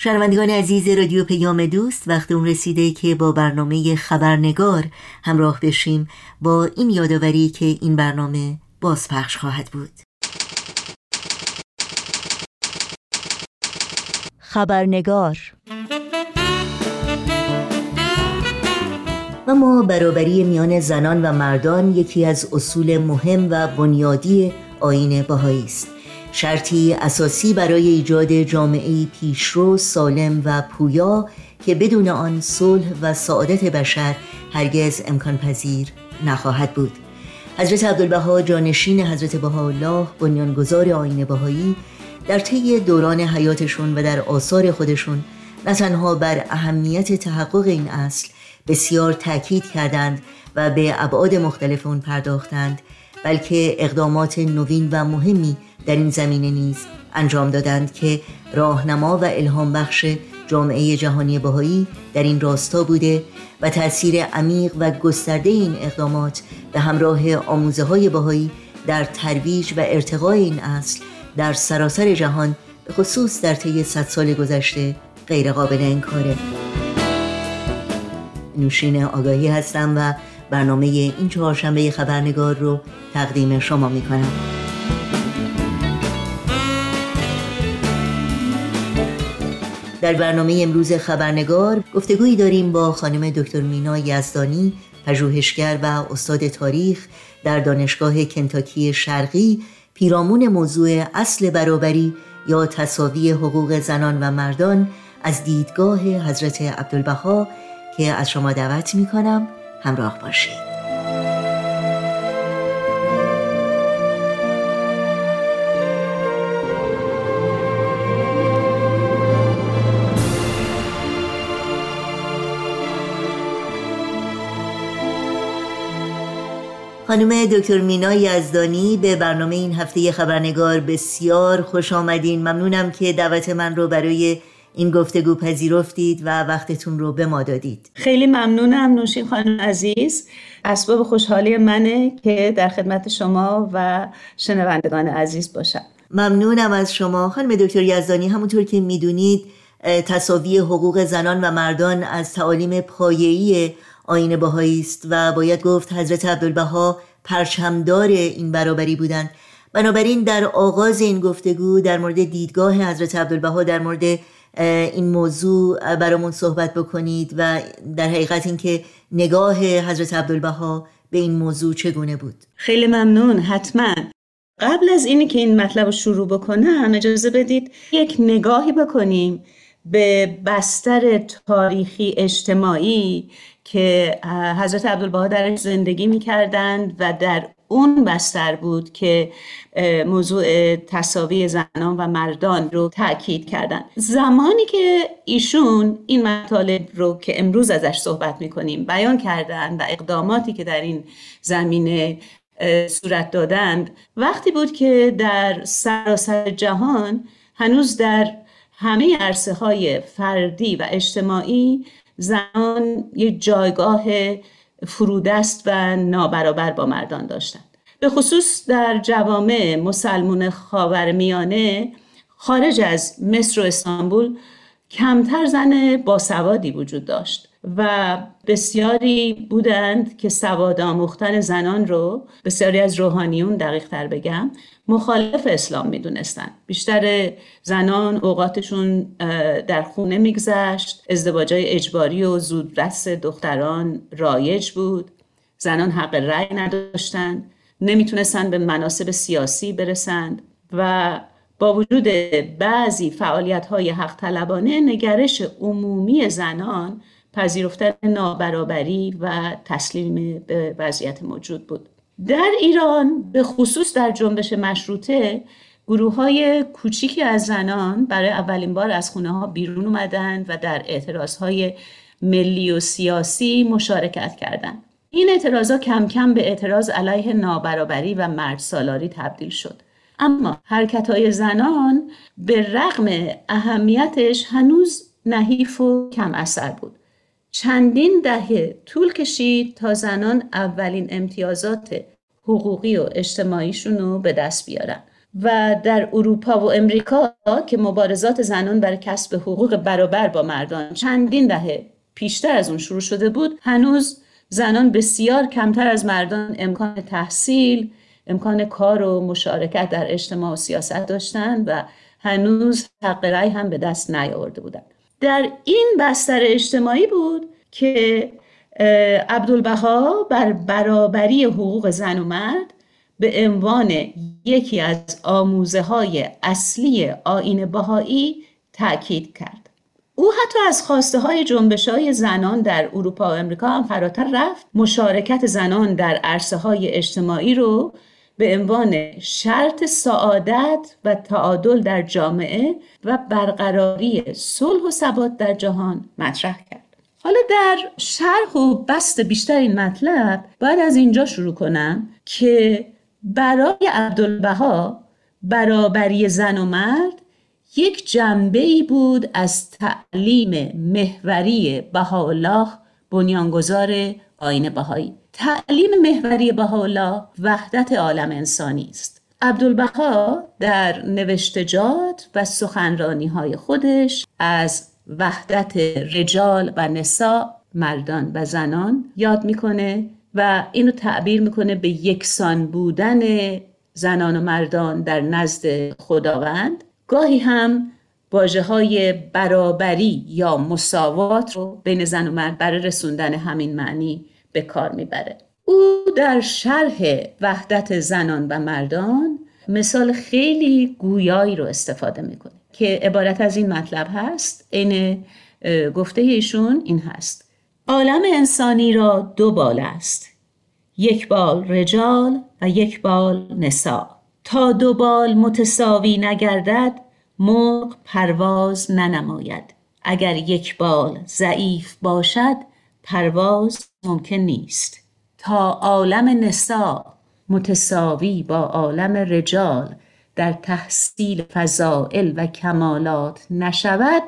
شنوندگان عزیز رادیو پیام دوست، وقت اون رسیده که با برنامه خبرنگار همراه بشیم با این یادآوری که این برنامه بازپخش خواهد بود. خبرنگار. اما برابری میان زنان و مردان یکی از اصول مهم و بنیادی آیین بهایی است، شرطی اساسی برای ایجاد جامعه‌ای پیشرو، سالم و پویا که بدون آن صلح و سعادت بشر هرگز امکان پذیر نخواهد بود. حضرت عبدالبها جانشین حضرت بهاءالله بنیانگذار آیین بهایی در طی دوران حیاتشون و در آثار خودشون نه تنها بر اهمیت تحقق این اصل بسیار تأکید کردند و به ابعاد مختلف اون پرداختند، بلکه اقدامات نوین و مهمی در این زمینه نیز انجام دادند که راهنما و الهام بخش جامعه جهانی بهایی در این راستا بوده و تأثیر عمیق و گسترده این اقدامات به همراه آموزه‌های بهایی در ترویج و ارتقای این اصل در سراسر جهان، به خصوص در طی 100 سال گذشته، غیر قابل انکاره. نوشین آگاهی هستم و برنامه این چهارشنبه خبرنگار رو تقدیم شما می‌کنم. در برنامه امروز خبرنگار گفتگویی داریم با خانم دکتر مینا یزدانی، پژوهشگر و استاد تاریخ در دانشگاه کنتاکی شرقی، پیرامون موضوع اصل برابری یا تساوی حقوق زنان و مردان از دیدگاه حضرت عبدالبها، که از شما دعوت می‌کنم همراه باشید. خانم دکتر مینا یزدانی، به برنامه این هفته خبرنگار بسیار خوش آمدین. ممنونم که دعوت من رو برای این گفتگو پذیرفتید و وقتتون رو به ما دادید. خیلی ممنونم نوشین خانم عزیز. اسباب خوشحالی منه که در خدمت شما و شنوندگان عزیز باشم. ممنونم از شما. خانم دکتر یزدانی، همونطور که میدونید تساوی حقوق زنان و مردان از تعالیم پایه‌ای آیین بهایی است و باید گفت حضرت عبدالبها پرچمدار این برابری بودند. بنابراین در آغاز این گفتگو در مورد دیدگاه حضرت عبدالبها در مورد این موضوع برامون صحبت بکنید و در حقیقت این که نگاه حضرت عبدالبها به این موضوع چگونه بود. خیلی ممنون. حتما قبل از اینی که این مطلب رو شروع بکنم اجازه بدید یک نگاهی بکنیم به بستر تاریخی اجتماعی که حضرت عبدالبها درش زندگی می‌کردند و در اون بستر بود که موضوع تساوی زنان و مردان رو تأکید کردن. زمانی که ایشون این مطالب رو که امروز ازش صحبت می‌کنیم بیان کردن و اقداماتی که در این زمینه صورت دادند، وقتی بود که در سراسر جهان هنوز در همه عرصه‌های فردی و اجتماعی زنان یک جایگاه فرودست و نابرابر با مردان داشتند. به خصوص در جوامع مسلمان خاورمیانه خارج از مصر و استانبول کمتر زن باسوادی وجود داشت و بسیاری بودند که سواد آموختن زنان رو، بسیاری از روحانیون دقیق تر بگم، مخالف اسلام می دونستن. بیشتر زنان اوقاتشون در خونه می گذشت، ازدواجای اجباری و زودرس دختران رایج بود، زنان حق رأی نداشتند، نمی تونستن به مناصب سیاسی برسند و با وجود بعضی فعالیت‌های حق طلبانه نگرش عمومی زنان پذیرفتن نابرابری و تسلیم به وضعیت موجود بود. در ایران به خصوص در جنبش مشروطه گروه‌های کوچیکی از زنان برای اولین بار از خونه‌ها بیرون اومدند و در اعتراضهای ملی و سیاسی مشارکت کردند. این اعتراضات کم کم به اعتراض علیه نابرابری و مردسالاری تبدیل شد. اما حرکت‌های زنان به رغم اهمیتش هنوز نحیف و کم اثر بود. چندین دهه طول کشید تا زنان اولین امتیازات حقوقی و اجتماعیشون رو به دست بیارن و در اروپا و امریکا که مبارزات زنان برای کسب حقوق برابر با مردان چندین دهه پیشتر از اون شروع شده بود، هنوز زنان بسیار کمتر از مردان امکان تحصیل، امکان کار و مشارکت در اجتماع و سیاست داشتند و هنوز حق رأی هم به دست نیاورده بودند. در این بستر اجتماعی بود که عبدالبها بر برابری حقوق زن و مرد به عنوان یکی از آموزه‌های اصلی آیین بهایی تأکید کرد. او حتی از خواسته های جنبش‌های زنان در اروپا و امریکا هم فراتر رفت. مشارکت زنان در عرصه های اجتماعی رو به عنوان شرط سعادت و تعادل در جامعه و برقراری صلح و ثبات در جهان مطرح کرد. حالا در شرح و بسط بیشتر این مطلب باید از اینجا شروع کنم که برای عبدالبها برابری زن و مرد یک جنبه‌ای بود از تعلیم محوری بهاءالله بنیانگذار آیین بهایی. تعلیم محوری بهاءالله وحدت عالم انسانی است. عبدالبها در نوشتجات و سخنرانی‌های خودش از وحدت رجال و نساء، مردان و زنان یاد میکنه و اینو تعبیر میکنه به یکسان بودن زنان و مردان در نزد خداوند. گاهی هم واژه‌های برابری یا مساوات رو بین زن و مرد برای رسوندن همین معنی به کار میبره. او در شرح وحدت زنان و مردان مثال خیلی گویایی رو استفاده میکنه که عبارت از این مطلب هست. این گفته ایشون این هست: عالم انسانی را دو بال است، یک بال رجال و یک بال نساء. تا دو بال متساوی نگردد مرغ پرواز ننماید. اگر یک بال ضعیف باشد پرواز ممکن نیست. تا عالم نساء متساوی با عالم رجال در تحصیل فضائل و کمالات نشود،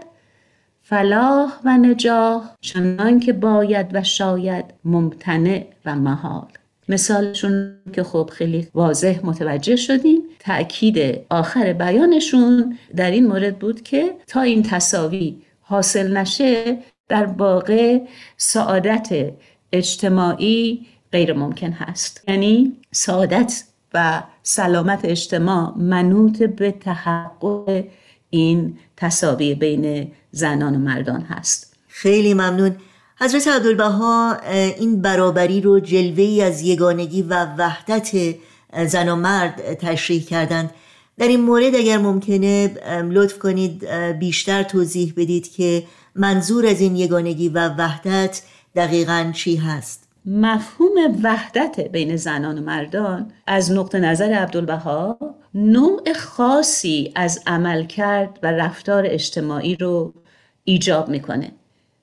فلاح و نجاح چنان که باید و شاید ممتنع و محال. مثالشون که خب خیلی واضح متوجه شدیم. تأکید آخر بیانشون در این مورد بود که تا این تساوی حاصل نشه در واقع سعادت اجتماعی غیر ممکن هست. یعنی سعادت و سلامت اجتماع منوط به تحقق این تساوی بین زنان و مردان هست. خیلی ممنون. حضرت عبدالبها این برابری رو جلوه‌ای از یگانگی و وحدت زن و مرد تشریح کردند. در این مورد اگر ممکنه لطف کنید بیشتر توضیح بدید که منظور از این یگانگی و وحدت دقیقاً چی هست؟ مفهوم وحدت بین زنان و مردان از نقطه نظر عبدالبها نوع خاصی از عملکرد و رفتار اجتماعی رو ایجاب میکنه.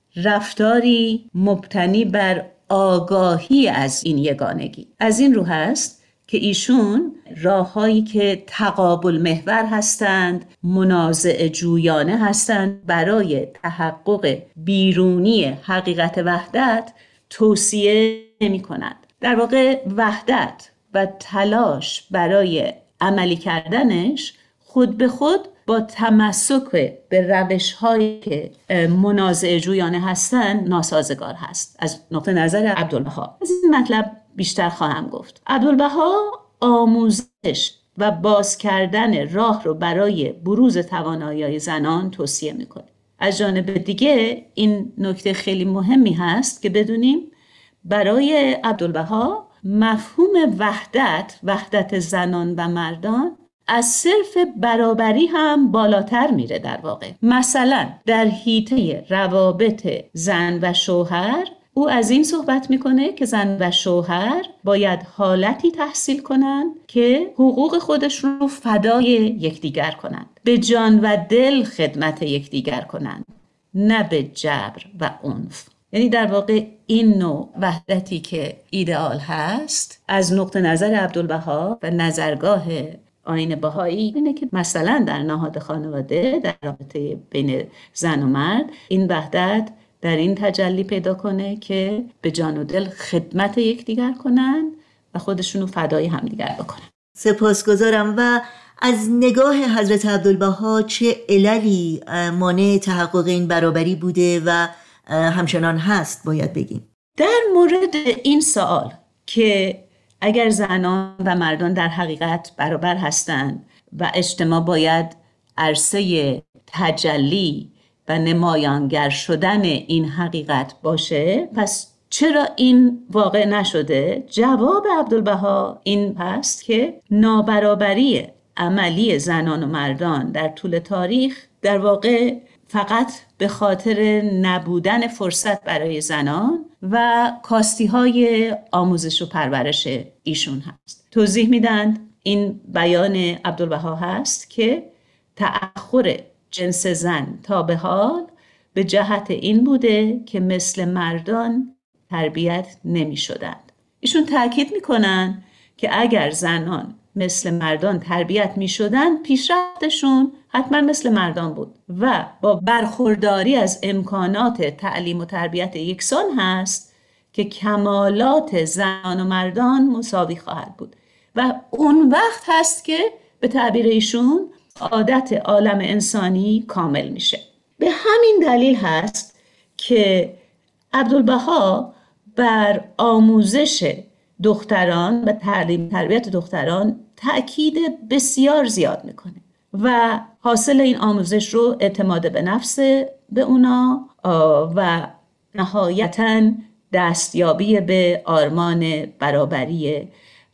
رفتاری مبتنی بر آگاهی از این یگانگی. از این رو هست که ایشون راههایی که تقابل محور هستند، منازعه جویانه هستند، برای تحقق بیرونی حقیقت وحدت توصیه نمی کنند. در واقع وحدت و تلاش برای عملی کردنش خود به خود با تمسک به روش‌هایی که منازعه جویانه هستند ناسازگار هست. از نقطه نظر عبدالبها از این مطلب بیشتر خواهم گفت. عبدالبها آموزش و باز کردن راه رو برای بروز توانایی‌های زنان توصیه میکنه. از جانب دیگه این نکته خیلی مهمی هست که بدونیم برای عبدالبها مفهوم وحدت زنان و مردان از صرف برابری هم بالاتر میره. در واقع مثلا در حیطه روابط زن و شوهر او از این صحبت میکنه که زن و شوهر باید حالتی تحصیل کنند که حقوق خودشون رو فدای یکدیگر کنند، به جان و دل خدمت یکدیگر کنند، نه به جبر و عنف. یعنی در واقع این نوع وحدتی که ایدئال هست از نقطه نظر عبدالبها و نظرگاه آیین بهایی اینه که مثلا در نهاد خانواده، در رابطه بین زن و مرد، این وحدت در این تجلی پیدا کنه که به جان و دل خدمت یکدیگر کنن و خودشونو فدای همدیگر بکنن. سپاسگزارم. و از نگاه حضرت عبدالبها چه عللی مانع تحقق این برابری بوده و همچنان هست باید بگیم؟ در مورد این سوال که اگر زنان و مردان در حقیقت برابر هستند و اجتماع باید عرصه تجلی و نمایانگر شدن این حقیقت باشه، پس چرا این واقع نشده؟ جواب عبدالبها این هست که نابرابری عملی زنان و مردان در طول تاریخ در واقع فقط به خاطر نبودن فرصت برای زنان و کاستی‌های آموزش و پرورش ایشون هست. توضیح میدند این بیان عبدالبها هست که تأخر جنس زن تا به حال به جهت این بوده که مثل مردان تربیت نمی شدند. ایشون تأکید می کنن که اگر زنان مثل مردان تربیت می شدن، پیشرفتشون حتما مثل مردان بود و با برخورداری از امکانات تعلیم و تربیت یکسان هست که کمالات زنان و مردان مساوی خواهد بود و اون وقت هست که به تعبیر ایشون عادت عالم انسانی کامل میشه. به همین دلیل هست که عبدالبها بر آموزش دختران و تعلیم تربیت دختران تأکید بسیار زیاد میکنه و حاصل این آموزش رو اعتماد به نفس به اونا و نهایتاً دستیابی به آرمان برابری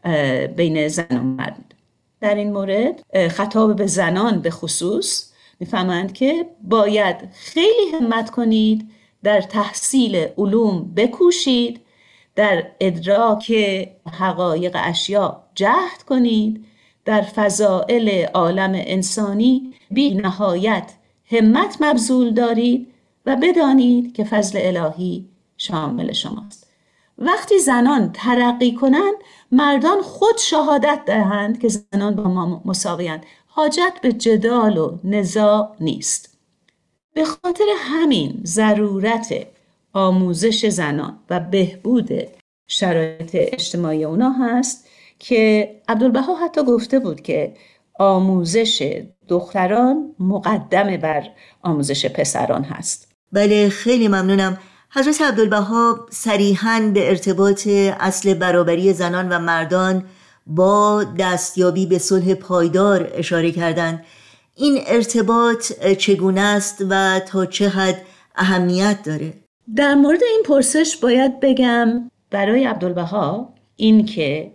بین زن و مرد. در این مورد خطاب به زنان به خصوص میفهمند که باید خیلی همت کنید، در تحصیل علوم بکوشید، در ادراک حقایق اشیا جهد کنید، در فضائل عالم انسانی بی نهایت همت مبذول دارید و بدانید که فضل الهی شامل شماست. وقتی زنان ترقی کنند، مردان خود شهادت دهند که زنان با ما مساویند. حاجت به جدال و نزاع نیست. به خاطر همین ضرورت آموزش زنان و بهبود شرایط اجتماعی اونا هست که عبدالبها حتی گفته بود که آموزش دختران مقدم بر آموزش پسران هست. بله، خیلی ممنونم. حضرت عبدالبها صریحاً به ارتباط اصل برابری زنان و مردان با دستیابی به صلح پایدار اشاره کردند. این ارتباط چگونه است و تا چه حد اهمیت داره؟ در مورد این پرسش باید بگم برای عبدالبها این که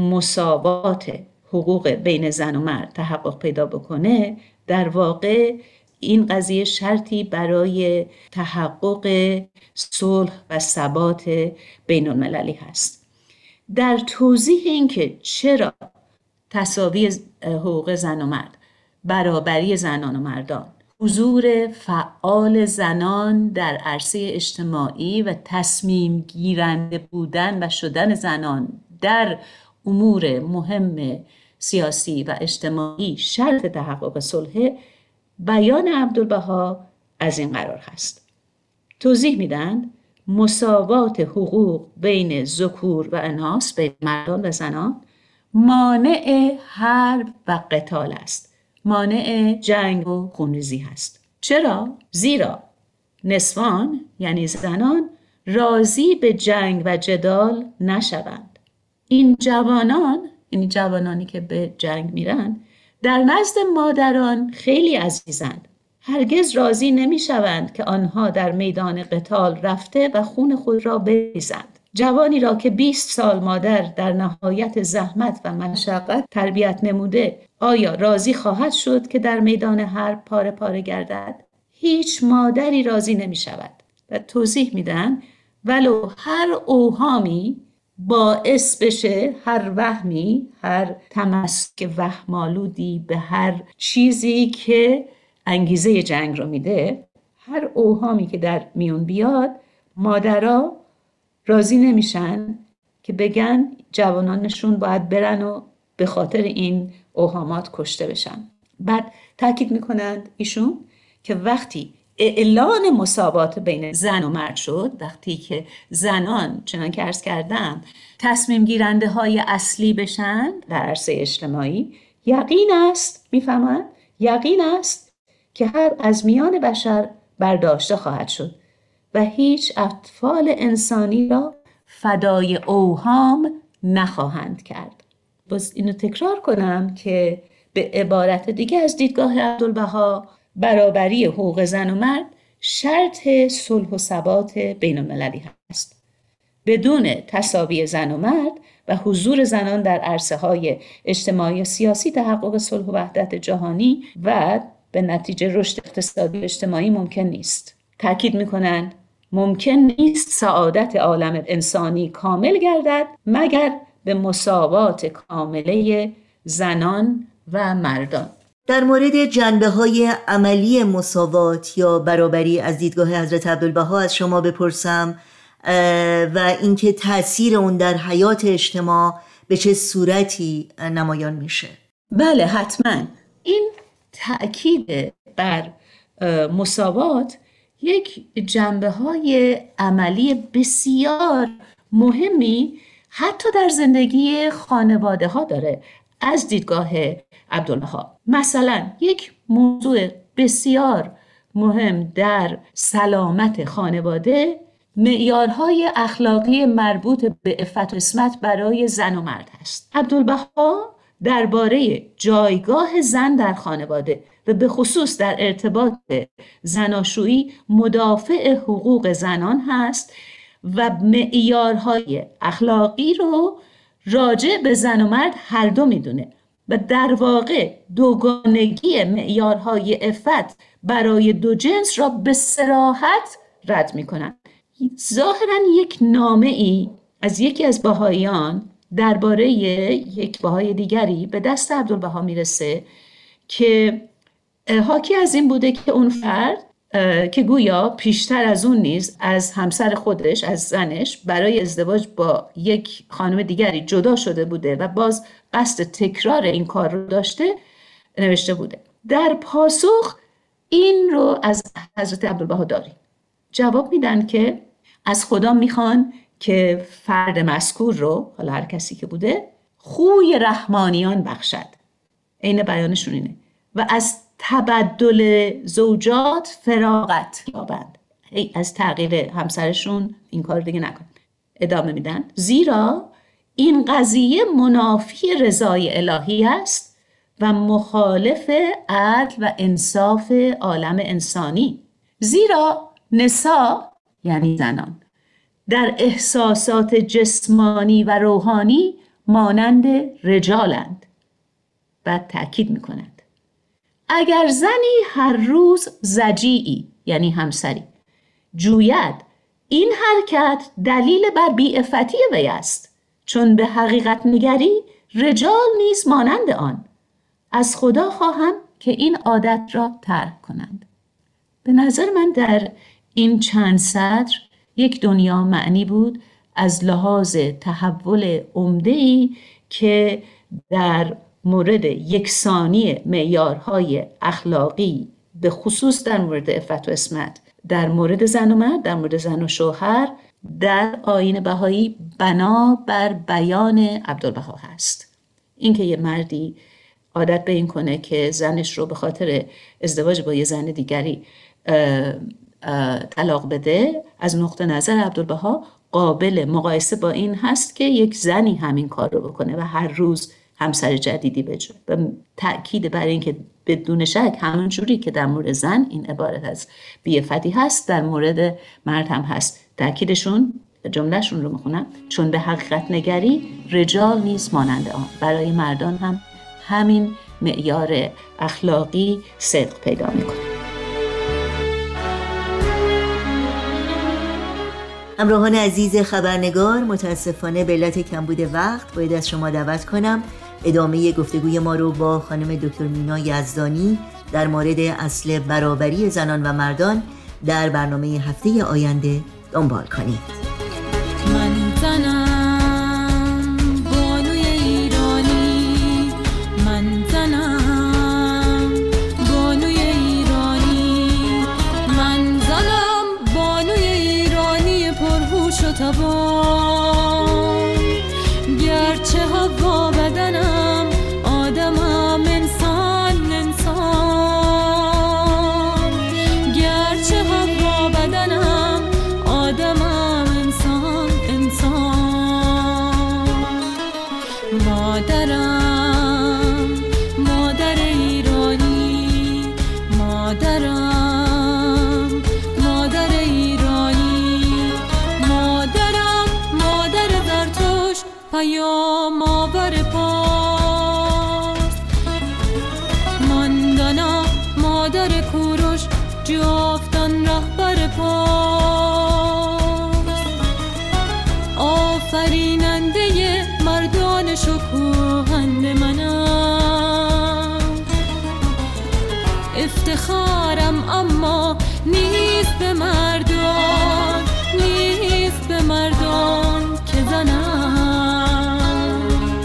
مساوات حقوق بین زن و مرد تحقق پیدا بکنه، در واقع این قضیه شرطی برای تحقق صلح و ثبات بین المللی هست. در توضیح این که چرا تساوی حقوق زن و مرد، برابری زنان و مردان، حضور فعال زنان در عرصه اجتماعی و تصمیم گیرنده بودن و شدن زنان در امور مهم سیاسی و اجتماعی شرط تحقق صلح، بیان عبدالبها از این قرار هست. توضیح میدن مساوات حقوق بین ذکور و اناث، بین مردان و زنان، مانع حرب و قتال است، مانع جنگ و خونریزی هست. چرا؟ زیرا نسوان یعنی زنان راضی به جنگ و جدال نشوند. این جوانان، یعنی جوانانی که به جنگ میرن، در نزد مادران خیلی عزیزند. هرگز راضی نمیشوند که آنها در میدان قتال رفته و خون خود را بریزند. جوانی را که 20 سال مادر در نهایت زحمت و مشقت تربیت نموده، آیا راضی خواهد شد که در میدان حرب پاره پاره گردد؟ هیچ مادری راضی نمی شود. و توضیح میدن ولو هر اوهامی باعث بشه، هر وهمی، هر تمسک وهم‌آلودی به هر چیزی که انگیزه جنگ رو میده، هر اوهامی که در میون بیاد، مادرها راضی نمیشن که بگن جوانانشون باید برن و به خاطر این اوهامات کشته بشن. بعد تاکید میکنند ایشون که وقتی اعلان مساوات بین زن و مرد شد، وقتی که زنان چنان که عرض کردم تصمیم گیرنده های اصلی بشن در عرصه اجتماعی، یقین است، میفهمند؟ یقین است که هر از میان بشر برداشته خواهد شد و هیچ اطفال انسانی را فدای اوهام نخواهند کرد. باز اینو تکرار کنم که به عبارت دیگه از دیدگاه عبدالبها برابری حقوق زن و مرد شرط صلح و ثبات بین المللی هست. بدون تساوی زن و مرد و حضور زنان در عرصه‌های اجتماعی و سیاسی تحقق صلح و وحدت جهانی و به نتیجه رشد اقتصادی و اجتماعی ممکن نیست. تأکید می‌کنند ممکن نیست سعادت عالم انسانی کامل گردد مگر به مساوات کامله زنان و مردان. در مورد جنبه‌های عملی مساوات یا برابری از دیدگاه حضرت عبدالبها از شما بپرسم و اینکه تأثیر اون در حیات اجتماع به چه صورتی نمایان میشه؟ بله حتما. این تأکید بر مساوات یک جنبه‌های عملی بسیار مهمی حتی در زندگی خانواده ها داره از دیدگاه عبدالبها. مثلا یک موضوع بسیار مهم در سلامت خانواده معیارهای اخلاقی مربوط به عفت و عصمت برای زن و مرد هست. عبدالبها درباره جایگاه زن در خانواده و به خصوص در ارتباط زناشویی مدافع حقوق زنان هست و معیارهای اخلاقی رو راجع به زن و مرد هر دو میدونه و در واقع دوگانگی معیارهای عفت برای دو جنس را به صراحت رد میکنن. ظاهراً یک نامه‌ای از یکی از بهائیان درباره یک بهائی دیگری به دست عبدالبها میرسه که حاکی از این بوده که اون فرد که گویا پیشتر از اون نیز از همسر خودش، از زنش، برای ازدواج با یک خانم دیگری جدا شده بوده و باز قصد تکرار این کار رو داشته، نوشته بوده. در پاسخ این رو از حضرت عبدالبها داریم. جواب میدن که از خدا میخوان که فرد مذکور رو، حالا هر کسی که بوده، خوی رحمانیان بخشد. عین بیانشون اینه. و از تبدل زوجات فراغت یابند. از تغییر همسرشون این کار دیگه نکن. ادامه میدن. زیرا این قضیه منافی رضای الهی است و مخالف عدل و انصاف عالم انسانی. زیرا نساء یعنی زنان در احساسات جسمانی و روحانی مانند رجالند. بعد تأکید میکنند اگر زنی هر روز زجیعی یعنی همسری جوید، این حرکت دلیل بر بی‌عفتی وی است، چون به حقیقت نگری رجال نیز مانند آن. از خدا خواهم که این عادت را ترک کنند. به نظر من در این چند سطر یک دنیا معنی بود از لحاظ تحول عمده‌ای که در مورد یکسانی معیارهای اخلاقی به خصوص در مورد عفت و عصمت، در مورد زن و مرد، در مورد زن و شوهر در آیین بهایی بنا بر بیان عبدالبها هست. اینکه یه مردی عادت به این کنه که زنش رو به خاطر ازدواج با یه زن دیگری طلاق بده، از نقطه نظر عبدالبها قابل مقایسه با این هست که یک زنی همین کار رو بکنه و هر روز همسر جدیدی بجوره. و تأکید بر این که بدون شک همون جوری که در مورد زن این عبارت از بی‌عفتی هست، در مورد مرد هم هست. تأکیدشون، جملهشون رو میخونم، چون به حقیقت نگری رجال نیز مانند آن. برای مردان هم همین معیار اخلاقی صدق پیدا میکنه. همراهان عزیز خبرنگار، متاسفانه به علت کمبود وقت باید از شما دعوت کنم ادامه گفتگوی ما رو با خانم دکتر مینا یزدانی در مورد اصل برابری زنان و مردان در برنامه هفته آینده دنبال کنید. من زنم بانوی ایرانی، من زنم بانوی ایرانی، من زنم بانوی ایرانی پرهوش و توان، گرچه هوا بدنم آدمم جاودان رهبر پاس، آفریننده مردان شکوهند منم. افتخارم اما نیست به مردان، نیست به مردان که زنم.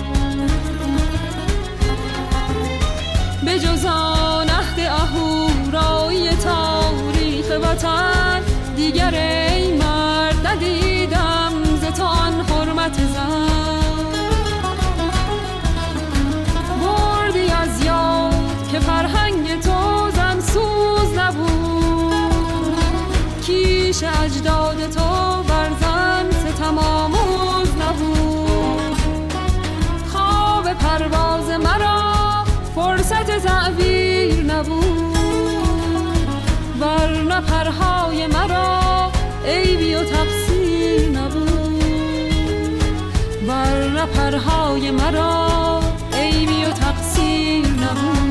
به جز آن عهد اهورایی تاریخ وطن، دیگر ای مرد ندیدم ز تو آن حرمت زن. بردی از یاد که فرهنگ تو زن سوز نبود، کیش اجداد تو بر زن ستم آموز نبود. خواب پرواز مرا فرصت تعبیر نبود، ورنه پرهای مرا عیبی و تقصیر نبود، ورنه پرهای مرا عیبی و تقصیر نبود.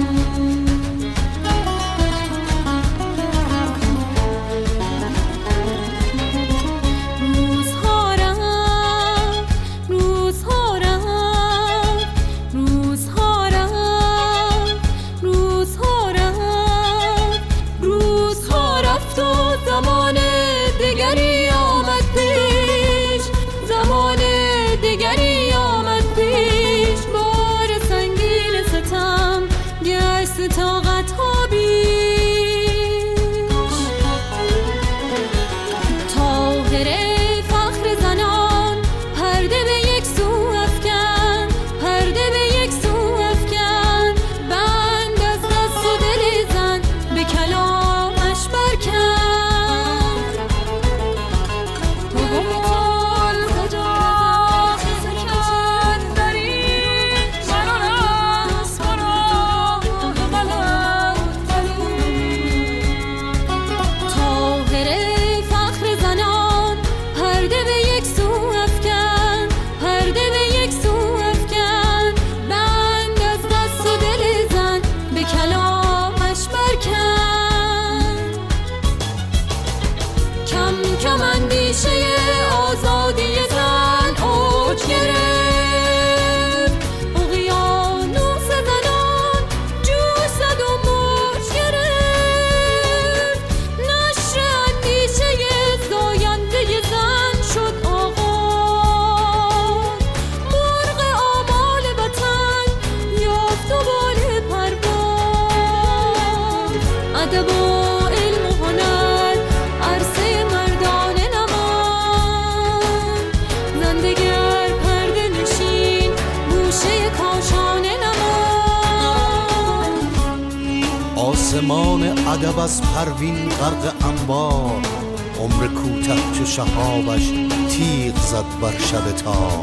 آسمان ادب از پروین غرق انبار، عمر کوته چو شهابش تیغ زد بر شب تار.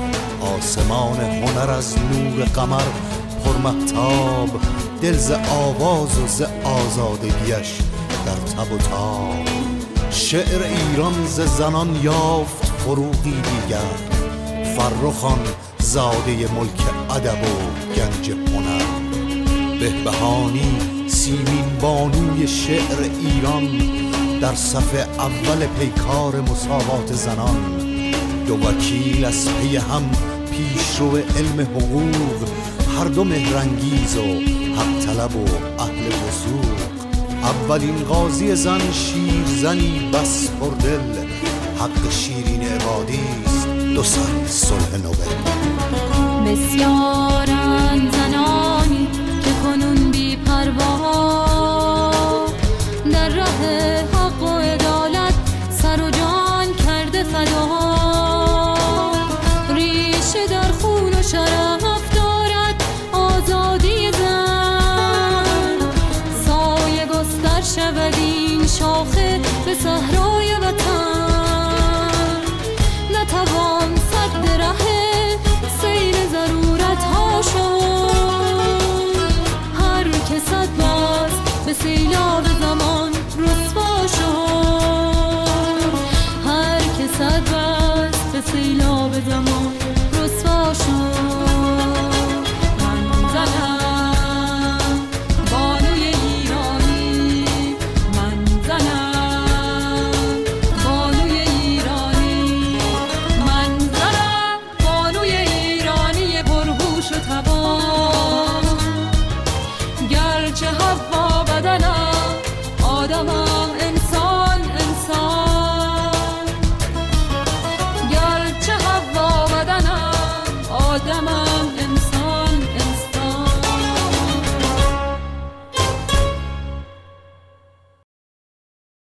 آسمان هنر از نور قمر پرمهتاب، دل ز آواز و ز آزادگیش در تب و تاب. شعر ایران ز زنان یافت فروغی دیگر، فرخان زاده ملک ادب و گنج هنر. بهبهانی سیمین بانوی شعر ایران، در صف اول پیکار مساوات زنان. دو وکیل از پی هم پیشرو علم حقوق، هر دو مهرانگیز و حق طلب و اهل وثوق. اولین قاضی زن شیرزنی بس پردل، حق شیرین عبادی است دو سر صلح نوبل. بسیار